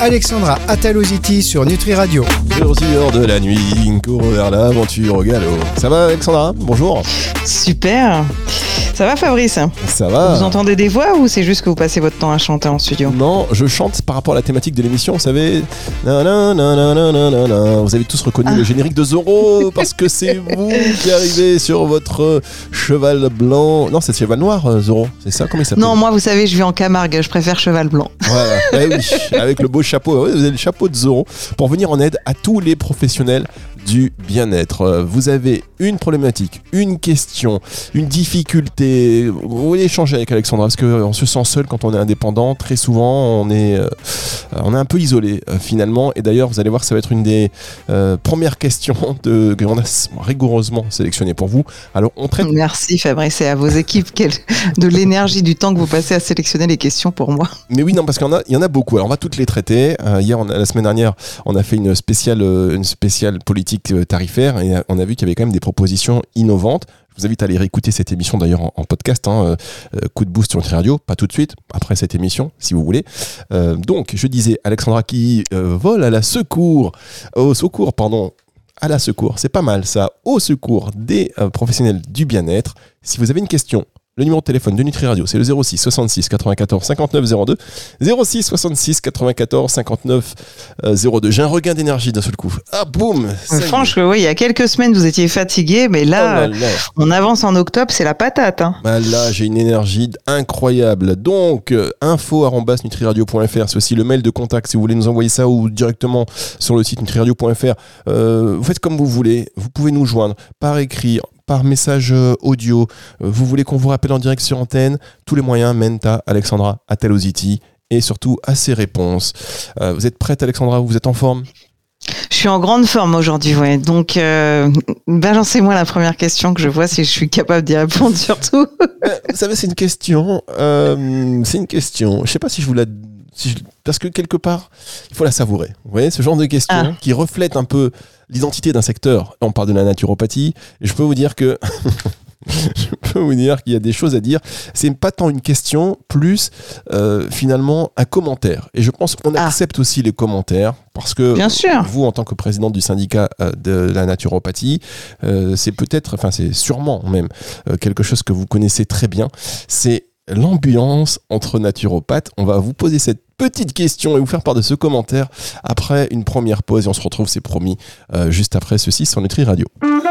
Alexandra Ataloziti sur Nutri Radio. 06h de la nuit, court vers l'aventure au galop. Ça va Alexandra ? Bonjour. Super. Ça va Fabrice ? Ça va. Vous entendez des voix ou c'est juste que vous passez votre temps à chanter en studio ? Non, je chante par rapport à la thématique de l'émission, vous savez. Vous avez tous reconnu le générique de Zorro parce que c'est vous qui arrivez sur votre cheval blanc. Non, c'est cheval noir, Zorro. C'est ça ? Comment il s'appelle ? Non, moi vous savez, je vis en Camargue, je préfère cheval blanc. Voilà, oui, avec le beau chapeau. Vous avez le chapeau de Zorro pour venir en aide à tous les professionnels du bien-être. Vous avez une problématique, une question, une difficulté, vous voulez échanger avec Alexandra parce qu'on se sent seul quand on est indépendant. Très souvent, on est un peu isolé finalement. Et d'ailleurs, vous allez voir, ça va être une des premières questions que l'on a rigoureusement sélectionnées pour vous. Alors, on traite... Merci Fabrice et à vos équipes de l'énergie, du temps que vous passez à sélectionner les questions pour moi. Mais oui, non, parce qu'il y en a beaucoup. Alors, on va toutes les traiter. La semaine dernière, on a fait une spéciale politique tarifaire et on a vu qu'il y avait quand même des propositions innovantes. Je vous invite à aller réécouter cette émission d'ailleurs en podcast, coup de boost sur Nutri Radio, pas tout de suite, après cette émission si vous voulez. Donc je disais Alexandra qui vole à la secours, c'est pas mal ça, au secours des professionnels du bien-être. Si vous avez une question, le numéro de téléphone de Nutri Radio, c'est le 06 66 94 59 02. 06 66 94 59 02. J'ai un regain d'énergie d'un seul coup. Ah, boum! Franchement, oui, il y a quelques semaines, vous étiez fatigué, mais là, on avance en octobre, c'est la patate. Hein. Bah là, j'ai une énergie incroyable. Donc, info@nutriradio.fr, c'est aussi le mail de contact si vous voulez nous envoyer ça ou directement sur le site nutriradio.fr. Vous faites comme vous voulez. Vous pouvez nous joindre par écrit, par message audio, vous voulez qu'on vous rappelle en direct sur antenne, tous les moyens mènent à Alexandra Ataloziti et surtout à ses réponses. Vous êtes prête Alexandra, vous êtes en forme ? Je suis en grande forme aujourd'hui, ouais. Donc balancez-moi la première question que je vois si je suis capable d'y répondre surtout. Vous savez, c'est une question. Je sais pas si je vous la... parce que quelque part, il faut la savourer. Vous voyez, ce genre de question qui reflète un peu l'identité d'un secteur. On parle de la naturopathie. Et je peux vous dire qu'il y a des choses à dire. C'est pas tant une question, plus finalement un commentaire. Et je pense qu'on accepte aussi les commentaires parce que bien sûr. Vous, en tant que président du syndicat de la naturopathie, c'est sûrement même quelque chose que vous connaissez très bien. C'est l'ambiance entre naturopathes. On va vous poser cette petite question et vous faire part de ce commentaire après une première pause et on se retrouve, c'est promis, juste après ceci sur Nutri Radio.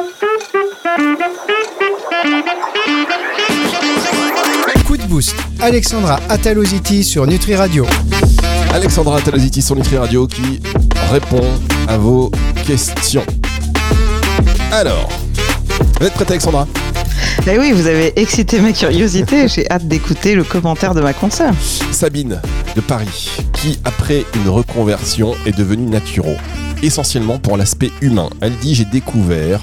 Coup de boost, Alexandra Ataloziti sur Nutri Radio. Alexandra Ataloziti sur Nutri Radio qui répond à vos questions. Alors, vous êtes prête Alexandra ? Eh oui, vous avez excité ma curiosité. J'ai hâte d'écouter le commentaire de ma consoeur. Sabine de Paris, qui après une reconversion est devenue naturo, essentiellement pour l'aspect humain. Elle dit j'ai découvert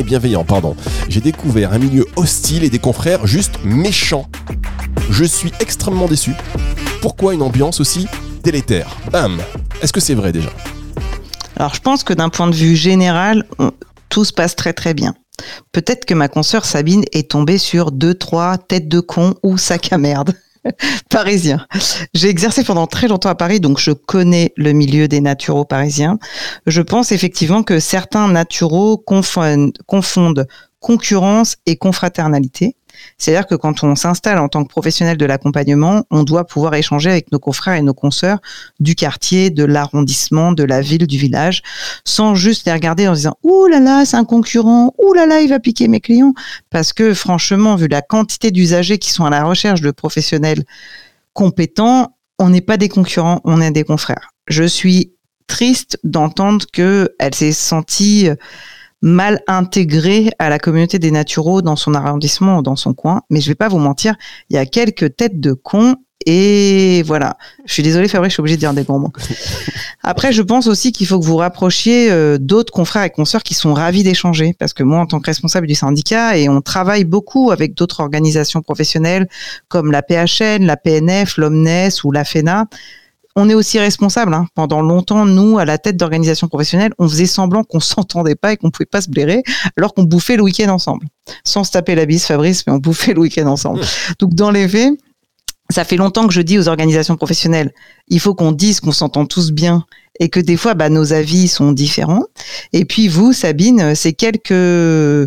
un milieu hostile et des confrères juste méchants. Je suis extrêmement déçu. Pourquoi une ambiance aussi délétère ? Bam ! Est-ce que c'est vrai déjà ? Alors je pense que d'un point de vue général, tout se passe très très bien. Peut-être que ma consoeur Sabine est tombée sur 2-3 têtes de con ou sacs à merde parisiens. J'ai exercé pendant très longtemps à Paris, donc je connais le milieu des naturaux parisiens. Je pense effectivement que certains naturaux confondent concurrence et confraternalité. C'est-à-dire que quand on s'installe en tant que professionnel de l'accompagnement, on doit pouvoir échanger avec nos confrères et nos consoeurs du quartier, de l'arrondissement, de la ville, du village, sans juste les regarder en disant « Ouh là là, c'est un concurrent, ouh là là, il va piquer mes clients ». Parce que franchement, vu la quantité d'usagers qui sont à la recherche de professionnels compétents, on n'est pas des concurrents, on est des confrères. Je suis triste d'entendre qu'elle s'est sentie mal intégré à la communauté des naturaux dans son arrondissement ou dans son coin. Mais je vais pas vous mentir, il y a quelques têtes de cons et voilà. Je suis désolée Fabrice, je suis obligée de dire des grands mots. Après, je pense aussi qu'il faut que vous rapprochiez d'autres confrères et consoeurs qui sont ravis d'échanger. Parce que moi, en tant que responsable du syndicat, et on travaille beaucoup avec d'autres organisations professionnelles comme la PHN, la PNF, l'Omnes ou la FENA, on est aussi responsable. Hein. Pendant longtemps, nous, à la tête d'organisations professionnelles, on faisait semblant qu'on s'entendait pas et qu'on pouvait pas se blairer, alors qu'on bouffait le week-end ensemble. Sans se taper la bise, Fabrice, mais on bouffait le week-end ensemble. Donc, dans les faits, ça fait longtemps que je dis aux organisations professionnelles, il faut qu'on dise qu'on s'entend tous bien et que des fois, nos avis sont différents. Et puis vous, Sabine, c'est je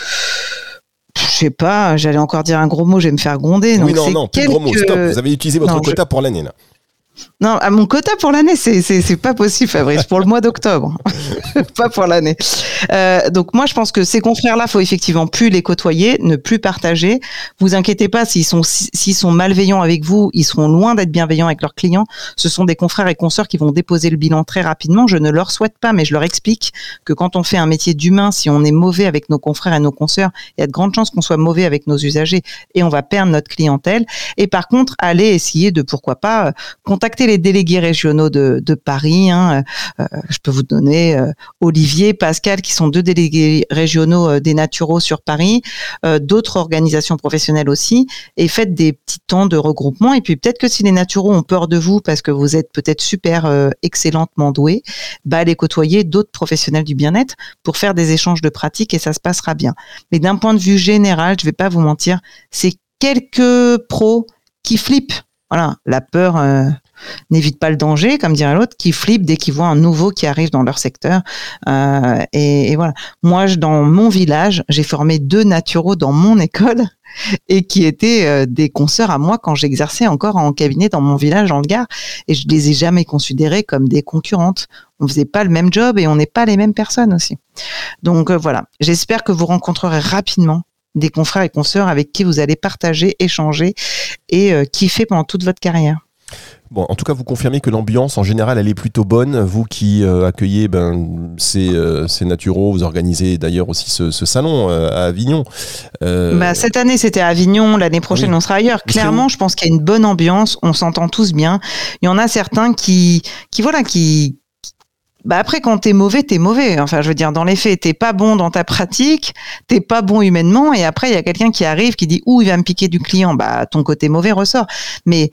sais pas, j'allais encore dire un gros mot, je vais me faire gronder. Oui, non, plus de gros mots, stop. Vous avez utilisé votre quota pour l'année, là. Non, à mon quota pour l'année, c'est pas possible, Fabrice, pour le mois d'octobre, pas pour l'année. Donc moi, je pense que ces confrères-là, faut effectivement plus les côtoyer, ne plus partager. Vous inquiétez pas, s'ils sont malveillants avec vous, ils seront loin d'être bienveillants avec leurs clients. Ce sont des confrères et consoeurs qui vont déposer le bilan très rapidement. Je ne leur souhaite pas, mais je leur explique que quand on fait un métier d'humain, si on est mauvais avec nos confrères et nos consoeurs, il y a de grandes chances qu'on soit mauvais avec nos usagers et on va perdre notre clientèle. Et par contre, allez essayer de, pourquoi pas, contacter les délégués régionaux de Paris. Je peux vous donner Olivier, Pascal, qui sont 2 délégués régionaux des naturaux sur Paris, d'autres organisations professionnelles aussi, et faites des petits temps de regroupement. Et puis peut-être que si les naturaux ont peur de vous parce que vous êtes peut-être super excellentement doués, allez côtoyer d'autres professionnels du bien-être pour faire des échanges de pratiques et ça se passera bien. Mais d'un point de vue général, je vais pas vous mentir, c'est quelques pros qui flippent. Voilà, la peur n'évite pas le danger, comme dirait l'autre, qui flippent dès qu'ils voient un nouveau qui arrive dans leur secteur. Et voilà. Moi, dans mon village, j'ai formé 2 naturaux dans mon école et qui étaient des consoeurs à moi quand j'exerçais encore en cabinet dans mon village dans le Gard. Et je les ai jamais considérées comme des concurrentes. On faisait pas le même job et on n'est pas les mêmes personnes aussi. Donc voilà. J'espère que vous rencontrerez rapidement des confrères et consoeurs avec qui vous allez partager, échanger et kiffer pendant toute votre carrière. Bon, en tout cas, vous confirmez que l'ambiance, en général, elle est plutôt bonne. Vous qui accueillez ces naturaux, vous organisez d'ailleurs aussi ce salon à Avignon. Cette année, c'était à Avignon. L'année prochaine, on sera ailleurs. Clairement, je pense qu'il y a une bonne ambiance. On s'entend tous bien. Il y en a certains qui après, quand t'es mauvais, t'es mauvais. Enfin, je veux dire, dans les faits, t'es pas bon dans ta pratique, t'es pas bon humainement, et après, il y a quelqu'un qui arrive, qui dit, il va me piquer du client. Ton côté mauvais ressort. Mais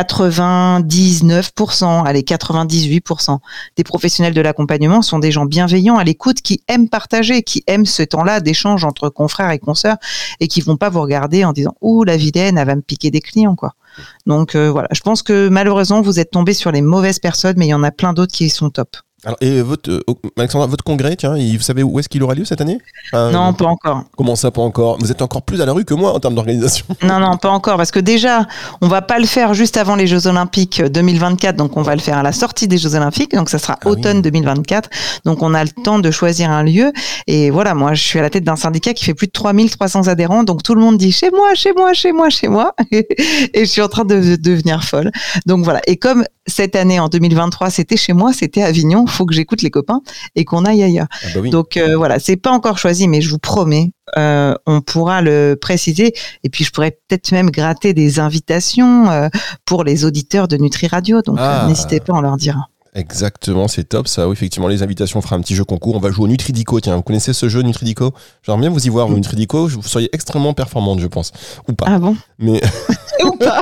99%, allez, 98% des professionnels de l'accompagnement sont des gens bienveillants, à l'écoute, qui aiment partager, qui aiment ce temps-là d'échange entre confrères et consoeurs, et qui vont pas vous regarder en disant, la vilaine, elle va me piquer des clients, quoi. Donc, voilà. Je pense que, malheureusement, vous êtes tombés sur les mauvaises personnes, mais il y en a plein d'autres qui sont top. Alors, et Alexandra, votre congrès, tiens, vous savez où est-ce qu'il aura lieu cette année ? Non, pas encore. Comment ça, pas encore ? Vous êtes encore plus à la rue que moi en termes d'organisation. Non, pas encore, parce que déjà, on va pas le faire juste avant les Jeux Olympiques 2024, donc on va le faire à la sortie des Jeux Olympiques, donc ça sera automne 2024, donc on a le temps de choisir un lieu, et voilà, moi je suis à la tête d'un syndicat qui fait plus de 3300 adhérents, donc tout le monde dit chez moi, et je suis en train de devenir folle. Donc voilà, et comme cette année, en 2023, c'était chez moi, c'était à Avignon, faut que j'écoute les copains et qu'on aille ailleurs. Donc voilà, c'est pas encore choisi, mais je vous promets, on pourra le préciser. Et puis je pourrais peut-être même gratter des invitations pour les auditeurs de Nutri Radio. Donc n'hésitez pas, on leur dira. Exactement, c'est top ça. Oui, effectivement, les invitations, on fera un petit jeu concours. On va jouer au Nutridico. Tiens, vous connaissez ce jeu Nutridico ? J'aimerais bien vous y voir au Nutridico. Vous seriez extrêmement performante, je pense. Ou pas. Ah bon ? Mais... Ou pas.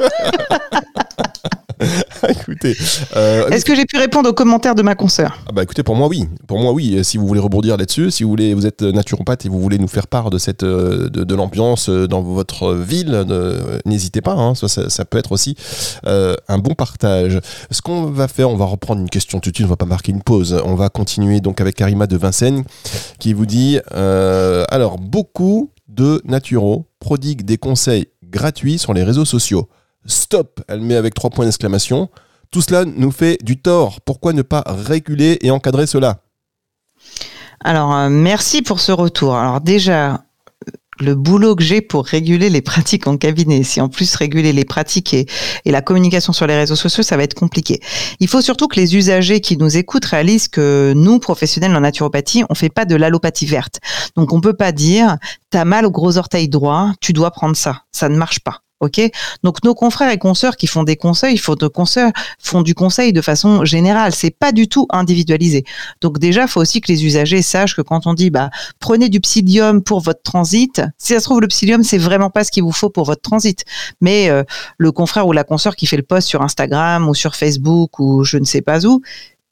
Écoutez, est-ce que j'ai pu répondre aux commentaires de ma consoeur ? Écoutez, pour moi oui. Si vous voulez rebondir là-dessus, si vous êtes naturopathe et vous voulez nous faire part de cette de l'ambiance dans votre ville, n'hésitez pas. Ça peut être aussi un bon partage. Ce qu'on va faire, on va reprendre une question tout de suite. On va pas marquer une pause. On va continuer donc avec Karima de Vincennes qui vous dit alors beaucoup de naturaux prodiguent des conseils gratuits sur les réseaux sociaux. Stop, elle met avec 3 points d'exclamation. Tout cela nous fait du tort. Pourquoi ne pas réguler et encadrer cela ? Alors, merci pour ce retour. Alors déjà, le boulot que j'ai pour réguler les pratiques en cabinet, si en plus réguler les pratiques et la communication sur les réseaux sociaux, ça va être compliqué. Il faut surtout que les usagers qui nous écoutent réalisent que nous, professionnels en naturopathie, on fait pas de l'allopathie verte. Donc on peut pas dire, t'as mal au gros orteil droit, tu dois prendre ça. Ça ne marche pas. Ok, donc nos confrères et consoeurs qui font des conseils, font du conseil de façon générale. C'est pas du tout individualisé. Donc déjà, faut aussi que les usagers sachent que quand on dit prenez du psyllium pour votre transit, si ça se trouve le psyllium c'est vraiment pas ce qu'il vous faut pour votre transit. Mais le confrère ou la consoeur qui fait le post sur Instagram ou sur Facebook ou je ne sais pas où,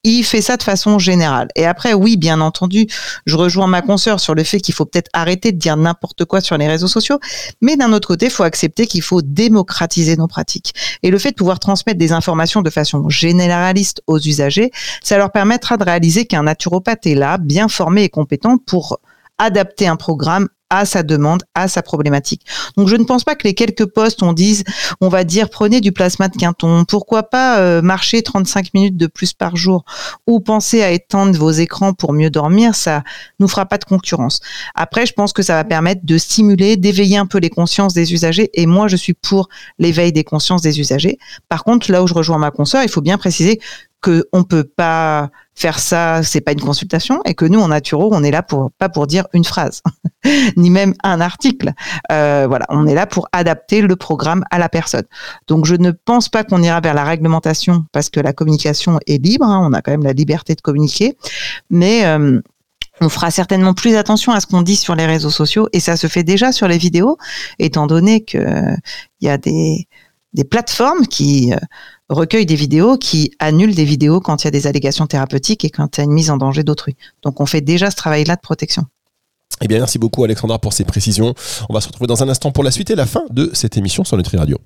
il fait ça de façon générale. Et après, oui, bien entendu, je rejoins ma consoeur sur le fait qu'il faut peut-être arrêter de dire n'importe quoi sur les réseaux sociaux, mais d'un autre côté, il faut accepter qu'il faut démocratiser nos pratiques. Et le fait de pouvoir transmettre des informations de façon généraliste aux usagers, ça leur permettra de réaliser qu'un naturopathe est là, bien formé et compétent pour adapter un programme à sa demande, à sa problématique. Donc je ne pense pas que les quelques posts on va dire prenez du plasma de Quinton, pourquoi pas marcher 35 minutes de plus par jour ou penser à étendre vos écrans pour mieux dormir, ça nous fera pas de concurrence. Après, je pense que ça va permettre de stimuler, d'éveiller un peu les consciences des usagers et moi je suis pour l'éveil des consciences des usagers. Par contre, là où je rejoins ma consoeur, il faut bien préciser qu'on peut pas faire ça, c'est pas une consultation, et que nous, en naturo, on est là pas pour dire une phrase, ni même un article. Voilà, on est là pour adapter le programme à la personne. Donc, je ne pense pas qu'on ira vers la réglementation parce que la communication est libre, on a quand même la liberté de communiquer, mais on fera certainement plus attention à ce qu'on dit sur les réseaux sociaux, et ça se fait déjà sur les vidéos, étant donné que il y a des plateformes qui recueillent des vidéos, qui annulent des vidéos quand il y a des allégations thérapeutiques et quand il y a une mise en danger d'autrui. Donc on fait déjà ce travail-là de protection. Eh bien, merci beaucoup Alexandra pour ces précisions. On va se retrouver dans un instant pour la suite et la fin de cette émission sur Nutri Radio.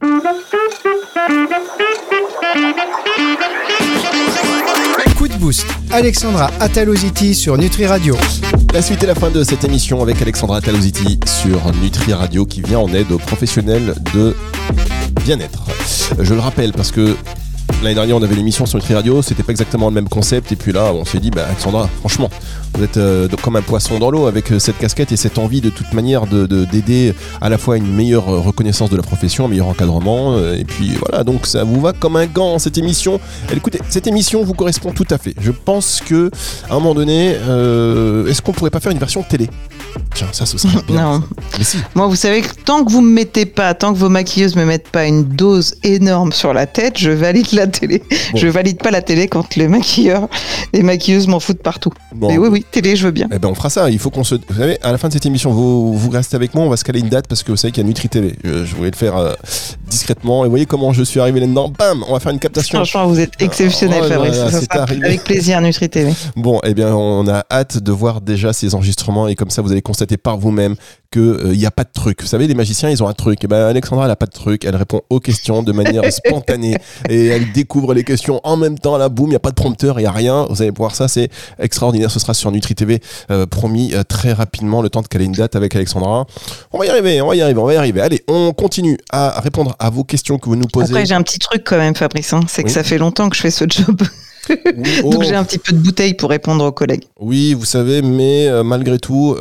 Coup de boost, Alexandra Ataloziti sur Nutri Radio. La suite et la fin de cette émission avec Alexandra Ataloziti sur Nutri Radio qui vient en aide aux professionnels de bien-être. Je le rappelle parce que l'année dernière on avait l'émission sur Nutri Radio, c'était pas exactement le même concept et puis là on s'est dit Alexandra, franchement vous êtes comme un poisson dans l'eau avec cette casquette et cette envie de toute manière d'aider à la fois une meilleure reconnaissance de la profession, un meilleur encadrement et puis voilà, donc ça vous va comme un gant cette émission. Écoutez, cette émission vous correspond tout à fait. Je pense que à un moment donné est-ce qu'on pourrait pas faire une version télé? Tiens, ça ce serait bien. Non. Mais si. Moi, vous savez que tant que vos maquilleuses me mettent pas une dose énorme sur la tête, je valide la télé. Bon. Je valide pas la télé quand les maquilleuses m'en foutent partout. Bon. Mais oui, télé, je veux bien. Eh ben, on fera ça. Il faut qu'on vous savez, à la fin de cette émission, vous restez avec moi, on va se caler une date parce que vous savez qu'il y a Nutri TV. Je voulais le faire discrètement. Et vous voyez comment je suis arrivé là-dedans. Bam, on va faire une captation. Franchement, vous êtes exceptionnel, Fabrice. Voilà, ça sera avec plaisir, Nutri TV. Bon, eh bien, on a hâte de voir déjà ces enregistrements et comme ça, vous allez constater par vous-même qu'il n'y a pas de truc. Vous savez, les magiciens, ils ont un truc. Et ben, Alexandra, elle n'a pas de truc. Elle répond aux questions de manière spontanée et elle découvre les questions en même temps. Là, boum, il n'y a pas de prompteur, il n'y a rien. Vous allez voir ça, c'est extraordinaire. Ce sera sur Nutri TV, promis très rapidement, le temps de caler une date avec Alexandra. On va y arriver. Allez, on continue à répondre à vos questions que vous nous posez. Après, j'ai un petit truc quand même, Fabrice. C'est que ça fait longtemps que je fais ce job. Donc j'ai un petit peu de bouteille pour répondre aux collègues. Oui, vous savez, mais malgré tout,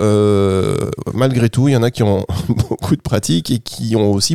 il y en a qui ont beaucoup de pratique et qui ont aussi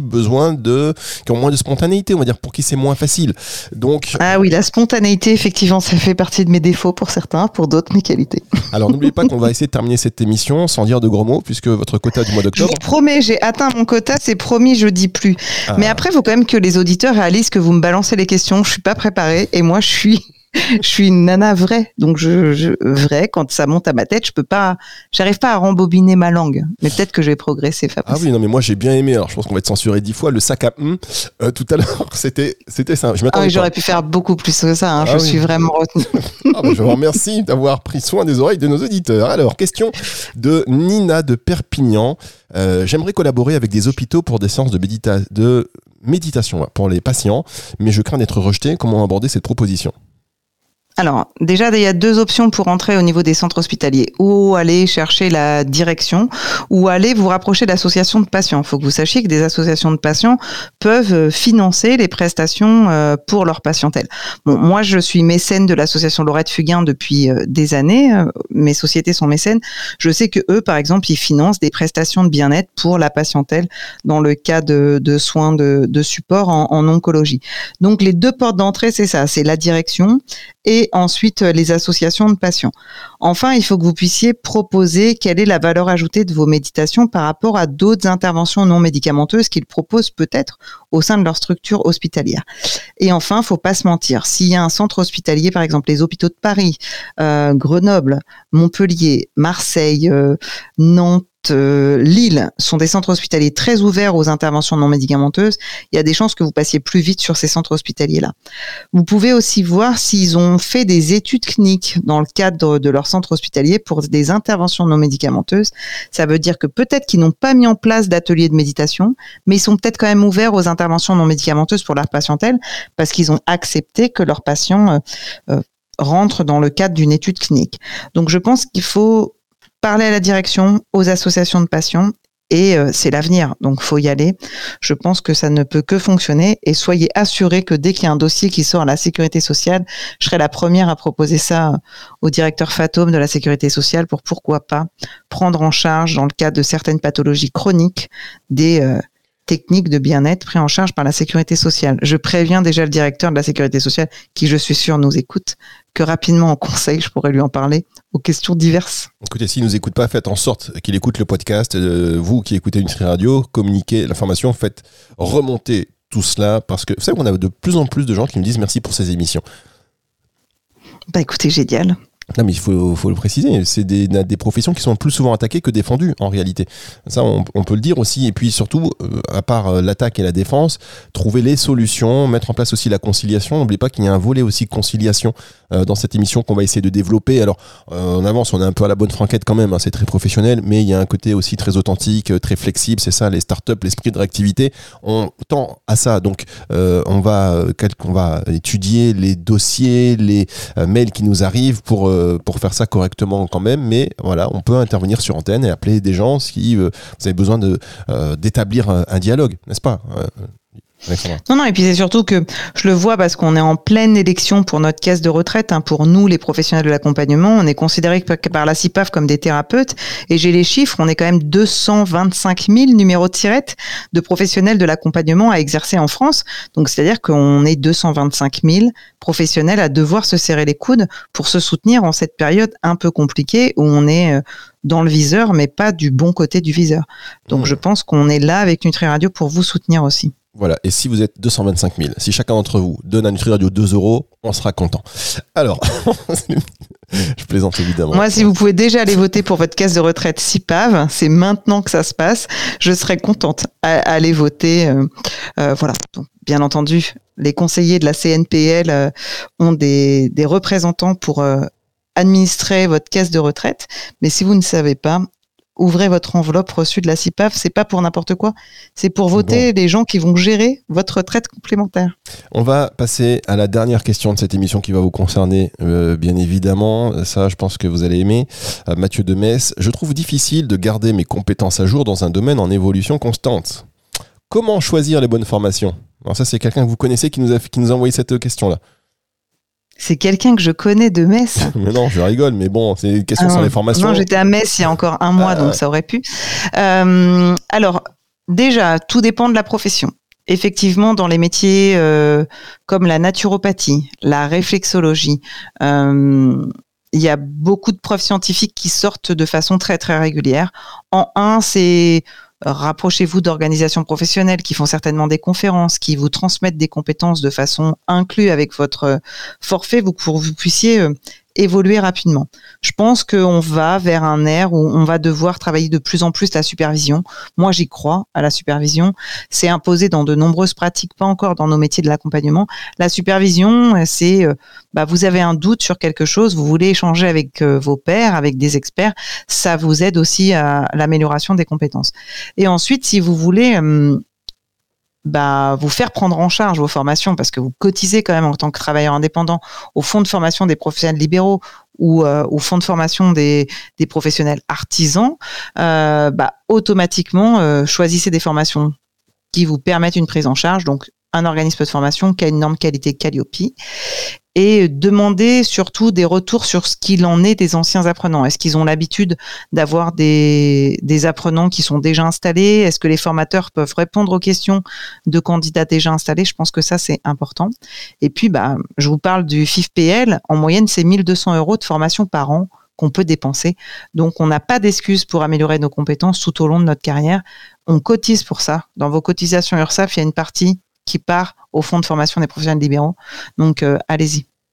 qui ont moins de spontanéité, on va dire, pour qui c'est moins facile. Donc ah oui, la spontanéité, effectivement, ça fait partie de mes défauts pour certains, pour d'autres mes qualités. Alors n'oubliez pas qu'on va essayer de terminer cette émission sans dire de gros mots, puisque votre quota du mois d'octobre. Je vous promets, j'ai atteint mon quota, c'est promis, je dis plus. Ah. Mais après, il faut quand même que les auditeurs réalisent que vous me balancez les questions, je suis pas préparée et moi je suis une nana vraie, donc vraie, quand ça monte à ma tête, j'arrive pas à rembobiner ma langue, mais peut-être que je vais progresser, Fabrice. Ah oui, non, mais moi j'ai bien aimé, alors je pense qu'on va être censuré 10 fois, le sac à tout à l'heure, c'était ça. J'aurais pu faire beaucoup plus que ça, je suis vraiment retenue. Je vous remercie d'avoir pris soin des oreilles de nos auditeurs. Alors, question de Nina de Perpignan. J'aimerais collaborer avec des hôpitaux pour des séances de méditation pour les patients, mais je crains d'être rejeté. Comment aborder cette proposition ? Alors, déjà, il y a deux options pour entrer au niveau des centres hospitaliers. Ou aller chercher la direction, ou aller vous rapprocher d'associations de patients. Il faut que vous sachiez que des associations de patients peuvent financer les prestations pour leur patientèle. Bon, moi, je suis mécène de l'association Laurette Fugain depuis des années. Mes sociétés sont mécènes. Je sais que eux, par exemple, ils financent des prestations de bien-être pour la patientèle dans le cas de soins de support en oncologie. Donc, les deux portes d'entrée, c'est ça. C'est la direction et ensuite les associations de patients. Enfin, il faut que vous puissiez proposer quelle est la valeur ajoutée de vos méditations par rapport à d'autres interventions non médicamenteuses qu'ils proposent peut-être au sein de leur structure hospitalière. Et enfin, faut pas se mentir. S'il y a un centre hospitalier, par exemple les hôpitaux de Paris, Grenoble, Montpellier, Marseille, Nantes, Lille sont des centres hospitaliers très ouverts aux interventions non médicamenteuses, il y a des chances que vous passiez plus vite sur ces centres hospitaliers-là. Vous pouvez aussi voir s'ils ont fait des études cliniques dans le cadre de leur centre hospitalier pour des interventions non médicamenteuses. Ça veut dire que peut-être qu'ils n'ont pas mis en place d'ateliers de méditation, mais ils sont peut-être quand même ouverts aux interventions non médicamenteuses pour leur patientèle parce qu'ils ont accepté que leurs patients rentrent dans le cadre d'une étude clinique. Donc je pense qu'il faut parler à la direction, aux associations de patients, et c'est l'avenir, donc faut y aller. Je pense que ça ne peut que fonctionner, et soyez assurés que dès qu'il y a un dossier qui sort à la sécurité sociale, je serai la première à proposer ça au directeur Fatome de la sécurité sociale pour pourquoi pas prendre en charge, dans le cadre de certaines pathologies chroniques, des techniques de bien-être pris en charge par la sécurité sociale. Je préviens déjà le directeur de la sécurité sociale, qui je suis sûr nous écoute, que rapidement en conseil, je pourrais lui en parler aux questions diverses. Écoutez, s'il nous écoute pas, faites en sorte qu'il écoute le podcast. Vous qui écoutez Nutri Radio, communiquez l'information, faites remonter tout cela, parce que vous savez qu'on a de plus en plus de gens qui me disent merci pour ces émissions. Bah écoutez, génial. Non, mais il faut le préciser, c'est des professions qui sont plus souvent attaquées que défendues en réalité. Ça, on peut le dire aussi. Et puis surtout, à part l'attaque et la défense, trouver les solutions, mettre en place aussi la conciliation. N'oubliez pas qu'il y a un volet aussi conciliation dans cette émission qu'on va essayer de développer. Alors, en avance, on est un peu à la bonne franquette quand même, hein, c'est très professionnel, mais il y a un côté aussi très authentique, très flexible. C'est ça, les startups, l'esprit de réactivité. On tend à ça. Donc, on va étudier les dossiers, les mails qui nous arrivent pour faire ça correctement quand même, mais voilà, on peut intervenir sur antenne et appeler des gens si vous avez besoin d'établir un dialogue, n'est-ce pas Non, et puis c'est surtout que je le vois parce qu'on est en pleine élection pour notre caisse de retraite. Pour nous, les professionnels de l'accompagnement, on est considérés par la CIPAF comme des thérapeutes. Et j'ai les chiffres, on est quand même 225 000 numéros de tirette de professionnels de l'accompagnement à exercer en France. Donc, c'est-à-dire qu'on est 225 000 professionnels à devoir se serrer les coudes pour se soutenir en cette période un peu compliquée où on est dans le viseur, mais pas du bon côté du viseur. Donc, je pense qu'on est là avec Nutri Radio pour vous soutenir aussi. Voilà, et si vous êtes 225 000, si chacun d'entre vous donne à Nutri Radio 2 €, on sera content. Alors, je plaisante évidemment. Moi, si vous pouvez déjà aller voter pour votre caisse de retraite CIPAV, c'est maintenant que ça se passe, je serai contente à aller voter. Voilà, donc, bien entendu, les conseillers de la CNPL ont des représentants pour administrer votre caisse de retraite, mais si vous ne savez pas, ouvrez votre enveloppe reçue de la CIPAF, c'est pas pour n'importe quoi, c'est pour voter les gens qui vont gérer votre retraite complémentaire. On va passer à la dernière question de cette émission qui va vous concerner, bien évidemment. Ça, je pense que vous allez aimer. Mathieu Demess, je trouve difficile de garder mes compétences à jour dans un domaine en évolution constante. Comment choisir les bonnes formations ? Alors ça, c'est quelqu'un que vous connaissez qui nous a envoyé cette question-là. C'est quelqu'un que je connais de Metz. Mais non, je rigole, mais bon, c'est une question sur les formations. Non, j'étais à Metz il y a encore un mois, donc ça aurait pu. Alors, déjà, tout dépend de la profession. Effectivement, dans les métiers comme la naturopathie, la réflexologie, il y a beaucoup de preuves scientifiques qui sortent de façon très, très régulière. En un, c'est... Rapprochez-vous d'organisations professionnelles qui font certainement des conférences, qui vous transmettent des compétences de façon inclue avec votre forfait pour que vous puissiez évoluer rapidement. Je pense qu'on va vers un ère où on va devoir travailler de plus en plus la supervision. Moi, j'y crois à la supervision. C'est imposé dans de nombreuses pratiques, pas encore dans nos métiers de l'accompagnement. La supervision, c'est vous avez un doute sur quelque chose, vous voulez échanger avec vos pairs, avec des experts. Ça vous aide aussi à l'amélioration des compétences. Et ensuite, si vous voulez vous faire prendre en charge vos formations parce que vous cotisez quand même en tant que travailleur indépendant au fonds de formation des professionnels libéraux ou au fonds de formation des professionnels artisans, automatiquement choisissez des formations qui vous permettent une prise en charge, donc un organisme de formation qui a une norme qualité Calliope, et demander surtout des retours sur ce qu'il en est des anciens apprenants. Est-ce qu'ils ont l'habitude d'avoir des apprenants qui sont déjà installés ? Est-ce que les formateurs peuvent répondre aux questions de candidats déjà installés ? Je pense que ça, c'est important. Et puis, je vous parle du FIFPL. En moyenne, c'est 1 200 € de formation par an qu'on peut dépenser. Donc, on n'a pas d'excuse pour améliorer nos compétences tout au long de notre carrière. On cotise pour ça. Dans vos cotisations URSSAF, il y a une partie qui part au fonds de formation des professionnels libéraux. Donc, allez-y.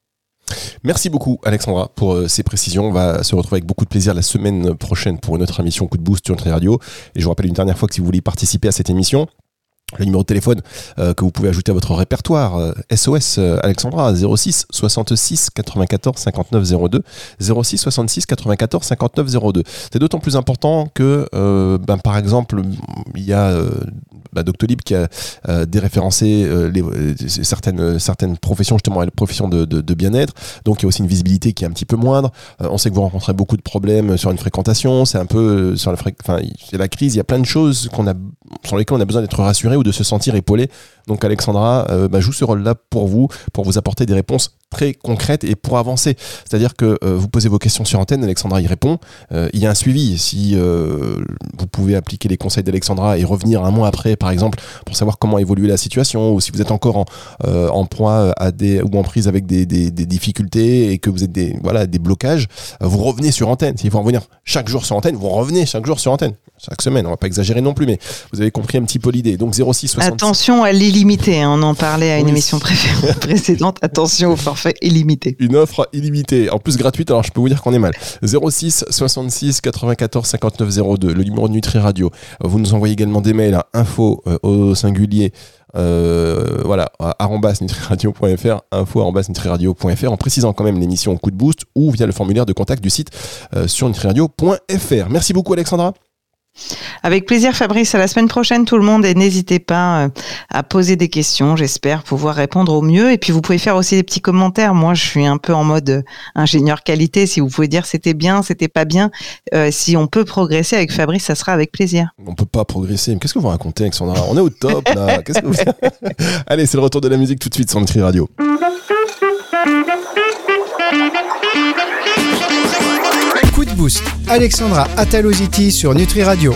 Merci beaucoup Alexandra pour ces précisions. On va se retrouver avec beaucoup de plaisir la semaine prochaine pour une autre émission Coup de Boost sur Nutri Radio. Et je vous rappelle une dernière fois que si vous voulez participer à cette émission, le numéro de téléphone que vous pouvez ajouter à votre répertoire SOS Alexandra 06 66 94 59 02 06 66 94 59 02. C'est d'autant plus important que par exemple il y a Doctolib qui a déréférencé certaines professions, justement les professions de bien-être, donc il y a aussi une visibilité qui est un petit peu moindre. On sait que vous rencontrez beaucoup de problèmes sur une fréquentation, c'est un peu sur la crise, il y a plein de choses sur lesquelles on a besoin d'être rassuré ou de se sentir épaulé. Donc Alexandra joue ce rôle-là pour vous apporter des réponses très concrètes et pour avancer. C'est-à-dire que vous posez vos questions sur antenne, Alexandra y répond. Il y a un suivi. Si vous pouvez appliquer les conseils d'Alexandra et revenir un mois après, par exemple, pour savoir comment évoluer la situation, ou si vous êtes encore en proie ou en prise avec des difficultés et que vous êtes des blocages, vous revenez sur antenne. S'il faut revenir chaque jour sur antenne, vous revenez chaque jour sur antenne. Chaque semaine, on va pas exagérer non plus, mais vous avez compris un petit peu l'idée. Donc 06 66. Attention à l'illimité, on en parlait à une émission précédente. Attention au forfait illimité. Une offre illimitée, en plus gratuite, alors je peux vous dire qu'on est mal. 06 66 94 59 02, le numéro de Nutri Radio. Vous nous envoyez également des mails à info au singulier @nutriradio.fr, info@nutriradio.fr, en précisant quand même l'émission Coup de Boost ou via le formulaire de contact du site sur nutriradio.fr. Merci beaucoup Alexandra. Avec plaisir Fabrice, à la semaine prochaine tout le monde, et n'hésitez pas à poser des questions, j'espère pouvoir répondre au mieux, et puis vous pouvez faire aussi des petits commentaires. Moi je suis un peu en mode ingénieur qualité, si vous pouvez dire c'était bien, c'était pas bien, si on peut progresser avec Fabrice, ça sera avec plaisir. On peut pas progresser, mais qu'est-ce que vous racontez Alexandra? On est au top là. Qu'est-ce que vous... Allez, c'est le retour de la musique tout de suite sur Nutri Radio. Coup de boost, Alexandra Ataloziti sur Nutri Radio.